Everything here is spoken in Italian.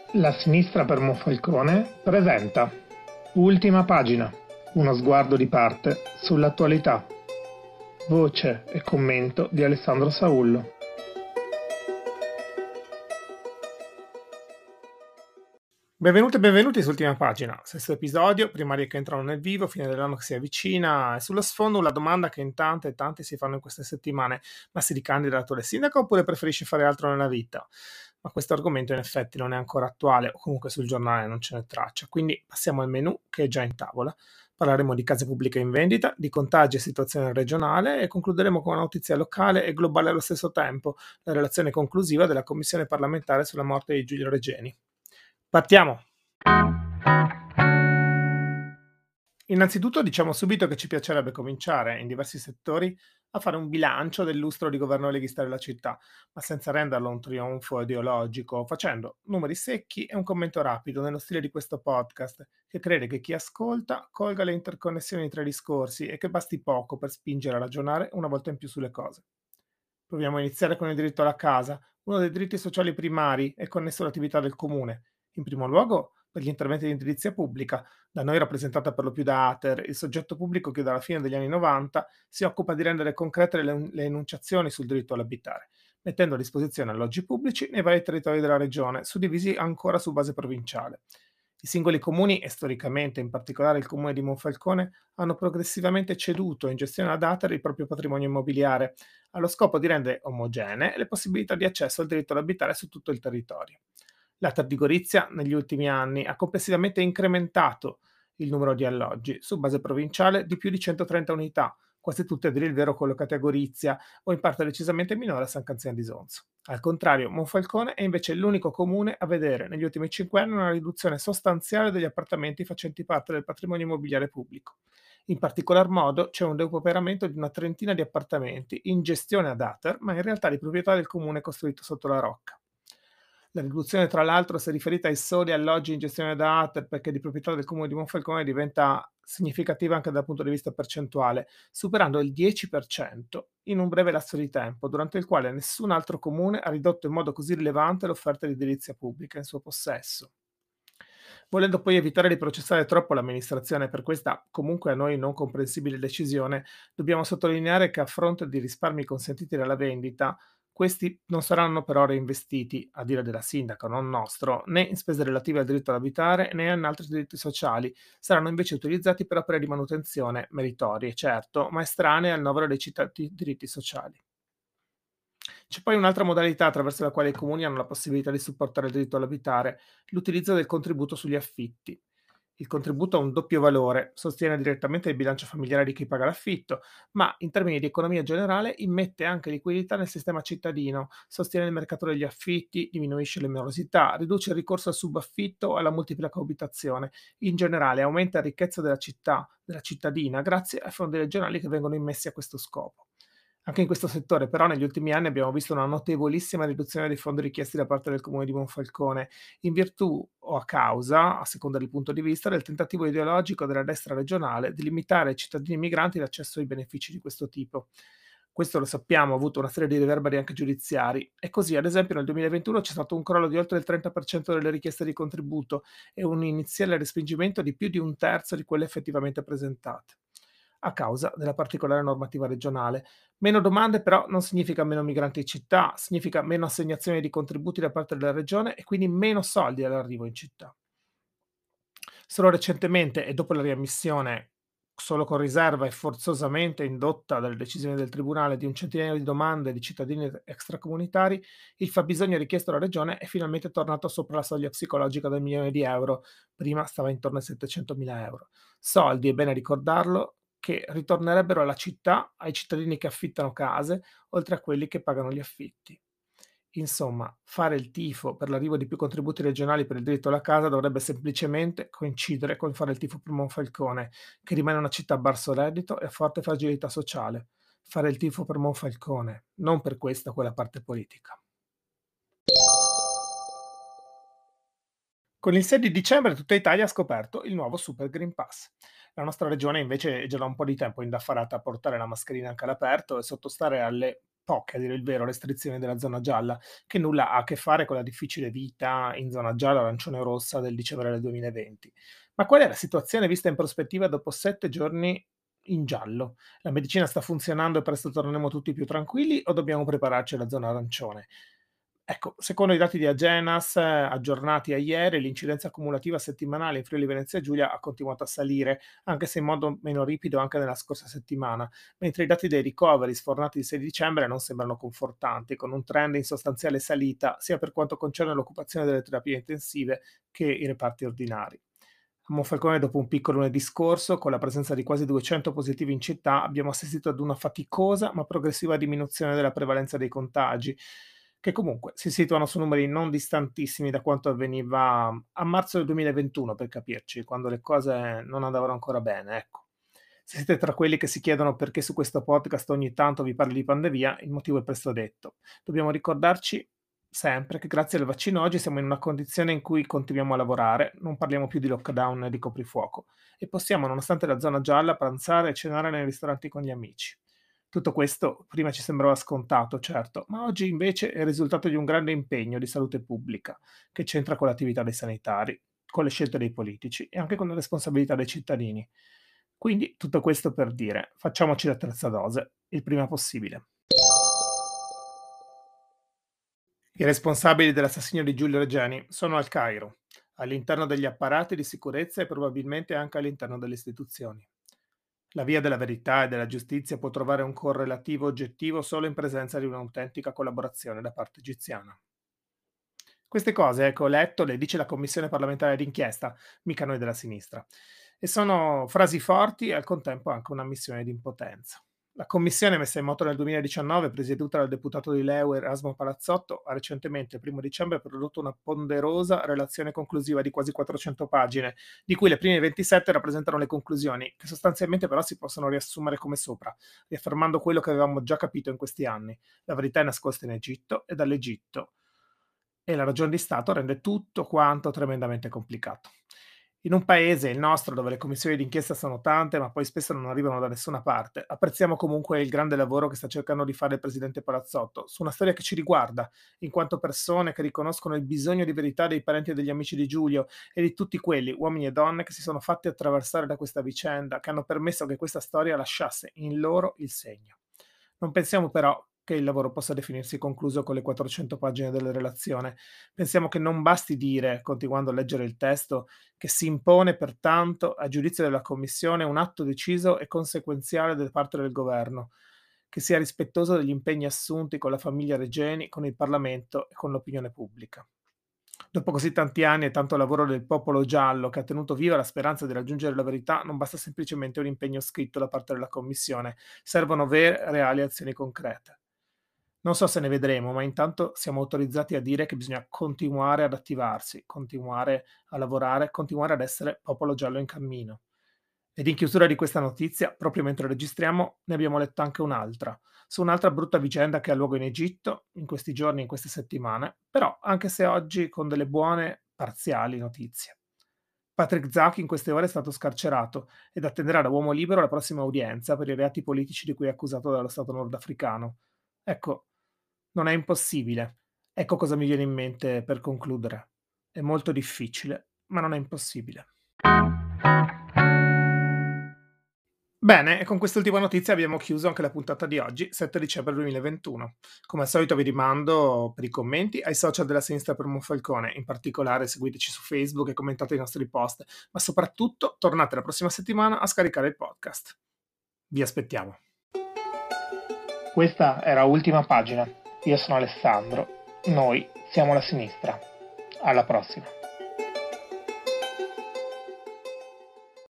La sinistra per Monfalcone presenta Ultima pagina, uno sguardo di parte sull'attualità. Voce e commento di Alessandro Saullo. Benvenuti e benvenuti su Ultima Pagina, sesto episodio, primarie che entrano nel vivo, fine dell'anno che si avvicina e sullo sfondo la domanda che in tante e tanti si fanno in queste settimane: ma si ricandida l'attuale sindaco oppure preferisce fare altro nella vita? Ma questo argomento in effetti non è ancora attuale o comunque sul giornale non ce n'è traccia, quindi passiamo al menù che è già in tavola. Parleremo di case pubbliche in vendita, di contagi e situazione regionale e concluderemo con una notizia locale e globale allo stesso tempo, la relazione conclusiva della Commissione parlamentare sulla morte di Giulio Regeni. Partiamo! Innanzitutto diciamo subito che ci piacerebbe cominciare, in diversi settori, a fare un bilancio del lustro di governo leghista della città, ma senza renderlo un trionfo ideologico, facendo numeri secchi e un commento rapido nello stile di questo podcast, che crede che chi ascolta colga le interconnessioni tra i discorsi e che basti poco per spingere a ragionare una volta in più sulle cose. Proviamo a iniziare con il diritto alla casa, uno dei diritti sociali primari e connesso all'attività del comune. In primo luogo, per gli interventi di edilizia pubblica, da noi rappresentata per lo più da Ater, il soggetto pubblico che dalla fine degli anni 90 si occupa di rendere concrete le enunciazioni sul diritto all'abitare, mettendo a disposizione alloggi pubblici nei vari territori della regione, suddivisi ancora su base provinciale. I singoli comuni, e storicamente in particolare il comune di Monfalcone, hanno progressivamente ceduto in gestione ad Ater il proprio patrimonio immobiliare, allo scopo di rendere omogenee le possibilità di accesso al diritto ad abitare su tutto il territorio. L'Ater di Gorizia negli ultimi anni ha complessivamente incrementato il numero di alloggi su base provinciale di più di 130 unità, quasi tutte a dire il vero collocate a Gorizia o in parte decisamente minore a San Canzian d'Isonzo. Al contrario, Monfalcone è invece l'unico comune a vedere negli ultimi 5 anni una riduzione sostanziale degli appartamenti facenti parte del patrimonio immobiliare pubblico. In particolar modo c'è un depauperamento di una trentina di appartamenti in gestione ad Ater, ma in realtà di proprietà del comune costruito sotto la rocca. La riduzione, tra l'altro, se riferita ai soli alloggi in gestione da ATER, perché di proprietà del comune di Monfalcone, diventa significativa anche dal punto di vista percentuale, superando il 10% in un breve lasso di tempo, durante il quale nessun altro comune ha ridotto in modo così rilevante l'offerta di edilizia pubblica in suo possesso. Volendo poi evitare di processare troppo l'amministrazione per questa comunque a noi non comprensibile decisione, dobbiamo sottolineare che a fronte di risparmi consentiti dalla vendita, questi non saranno però reinvestiti, a dire della sindaca, non nostro, né in spese relative al diritto ad abitare né in altri diritti sociali, saranno invece utilizzati per opere di manutenzione meritorie, certo, ma estranee al novero dei citati diritti sociali. C'è poi un'altra modalità attraverso la quale i comuni hanno la possibilità di supportare il diritto all'abitare, l'utilizzo del contributo sugli affitti. Il contributo ha un doppio valore, sostiene direttamente il bilancio familiare di chi paga l'affitto, ma in termini di economia generale immette anche liquidità nel sistema cittadino, sostiene il mercato degli affitti, diminuisce le morosità, riduce il ricorso al subaffitto e alla multipla coabitazione. In generale aumenta la ricchezza della città, della cittadina, grazie ai fondi regionali che vengono immessi a questo scopo. Anche in questo settore, però, negli ultimi anni abbiamo visto una notevolissima riduzione dei fondi richiesti da parte del comune di Monfalcone, in virtù o a causa, a seconda del punto di vista, del tentativo ideologico della destra regionale di limitare ai cittadini migranti l'accesso ai benefici di questo tipo. Questo lo sappiamo, ha avuto una serie di riverberi anche giudiziari e così, ad esempio, nel 2021 c'è stato un crollo di oltre il 30% delle richieste di contributo e un iniziale respingimento di più di un terzo di quelle effettivamente presentate, a causa della particolare normativa regionale. Meno domande però non significa meno migranti in città, significa meno assegnazioni di contributi da parte della regione e quindi meno soldi all'arrivo in città. Solo recentemente e dopo la riammissione, solo con riserva e forzosamente indotta dalle decisioni del tribunale di un centinaio di domande di cittadini extracomunitari, il fabbisogno richiesto alla regione è finalmente tornato sopra la soglia psicologica del milione di euro, prima stava intorno ai 700.000 euro. Soldi, è bene ricordarlo, che ritornerebbero alla città, ai cittadini che affittano case, oltre a quelli che pagano gli affitti. Insomma, fare il tifo per l'arrivo di più contributi regionali per il diritto alla casa dovrebbe semplicemente coincidere con fare il tifo per Monfalcone, che rimane una città a basso reddito e a forte fragilità sociale. Fare il tifo per Monfalcone, non per questa o quella parte politica. Con il 6 di dicembre tutta Italia ha scoperto il nuovo Super Green Pass. La nostra regione invece è già da un po' di tempo indaffarata a portare la mascherina anche all'aperto e sottostare alle poche a dire il vero restrizioni della zona gialla, che nulla ha a che fare con la difficile vita in zona gialla, arancione o rossa del dicembre del 2020. Ma qual è la situazione vista in prospettiva dopo 7 giorni in giallo? La medicina sta funzionando e presto torneremo tutti più tranquilli o dobbiamo prepararci alla zona arancione? Ecco, secondo i dati di Agenas, aggiornati a ieri, l'incidenza cumulativa settimanale in Friuli Venezia Giulia ha continuato a salire, anche se in modo meno ripido anche nella scorsa settimana, mentre i dati dei ricoveri sfornati il 6 dicembre non sembrano confortanti, con un trend in sostanziale salita sia per quanto concerne l'occupazione delle terapie intensive che i reparti ordinari. A Monfalcone, dopo un picco lunedì scorso, con la presenza di quasi 200 positivi in città, abbiamo assistito ad una faticosa ma progressiva diminuzione della prevalenza dei contagi, che comunque si situano su numeri non distantissimi da quanto avveniva a marzo del 2021, per capirci, quando le cose non andavano ancora bene, ecco. Se siete tra quelli che si chiedono perché su questo podcast ogni tanto vi parli di pandemia, il motivo è presto detto. Dobbiamo ricordarci sempre che grazie al vaccino oggi siamo in una condizione in cui continuiamo a lavorare, non parliamo più di lockdown e di coprifuoco e possiamo, nonostante la zona gialla, pranzare e cenare nei ristoranti con gli amici. Tutto questo prima ci sembrava scontato, certo, ma oggi invece è il risultato di un grande impegno di salute pubblica che c'entra con l'attività dei sanitari, con le scelte dei politici e anche con la responsabilità dei cittadini. Quindi tutto questo per dire, facciamoci la terza dose, il prima possibile. I responsabili dell'assassinio di Giulio Regeni sono al Cairo, all'interno degli apparati di sicurezza e probabilmente anche all'interno delle istituzioni. La via della verità e della giustizia può trovare un correlativo oggettivo solo in presenza di un'autentica collaborazione da parte egiziana. Queste cose, ecco, ho letto, le dice la Commissione parlamentare d'inchiesta, mica noi della sinistra. E sono frasi forti e al contempo anche una missione di impotenza. La commissione messa in moto nel 2019, presieduta dal deputato di Leu Erasmo Palazzotto, ha recentemente, il 1° dicembre, prodotto una ponderosa relazione conclusiva di quasi 400 pagine, di cui le prime 27 rappresentano le conclusioni, che sostanzialmente però si possono riassumere come sopra, riaffermando quello che avevamo già capito in questi anni. La verità è nascosta in Egitto e dall'Egitto e la ragion di Stato rende tutto quanto tremendamente complicato. In un paese, il nostro, dove le commissioni d'inchiesta sono tante, ma poi spesso non arrivano da nessuna parte, apprezziamo comunque il grande lavoro che sta cercando di fare il presidente Palazzotto su una storia che ci riguarda, in quanto persone che riconoscono il bisogno di verità dei parenti e degli amici di Giulio e di tutti quelli, uomini e donne, che si sono fatti attraversare da questa vicenda, che hanno permesso che questa storia lasciasse in loro il segno. Non pensiamo però che il lavoro possa definirsi concluso con le 400 pagine della relazione. Pensiamo che non basti dire, continuando a leggere il testo, che si impone pertanto, a giudizio della Commissione, un atto deciso e conseguenziale da parte del Governo, che sia rispettoso degli impegni assunti con la famiglia Regeni, con il Parlamento e con l'opinione pubblica. Dopo così tanti anni e tanto lavoro del popolo giallo che ha tenuto viva la speranza di raggiungere la verità, non basta semplicemente un impegno scritto da parte della Commissione, servono vere, reali azioni concrete. Non so se ne vedremo, ma intanto siamo autorizzati a dire che bisogna continuare ad attivarsi, continuare a lavorare, continuare ad essere popolo giallo in cammino. Ed in chiusura di questa notizia, proprio mentre registriamo, ne abbiamo letto anche un'altra, su un'altra brutta vicenda che ha luogo in Egitto, in questi giorni, in queste settimane, però anche se oggi con delle buone, parziali notizie. Patrick Zaki in queste ore è stato scarcerato ed attenderà da uomo libero la prossima udienza per i reati politici di cui è accusato dallo Stato nordafricano. Ecco, non è impossibile. Ecco cosa mi viene in mente per concludere. È molto difficile, ma non è impossibile. Bene, e con quest'ultima notizia abbiamo chiuso anche la puntata di oggi, 7 dicembre 2021. Come al solito vi rimando per i commenti ai social della sinistra per Monfalcone, in particolare seguiteci su Facebook e commentate i nostri post, ma soprattutto tornate la prossima settimana a scaricare il podcast. Vi aspettiamo. Questa era Ultima Pagina. Io sono Alessandro. Noi siamo la sinistra. Alla prossima.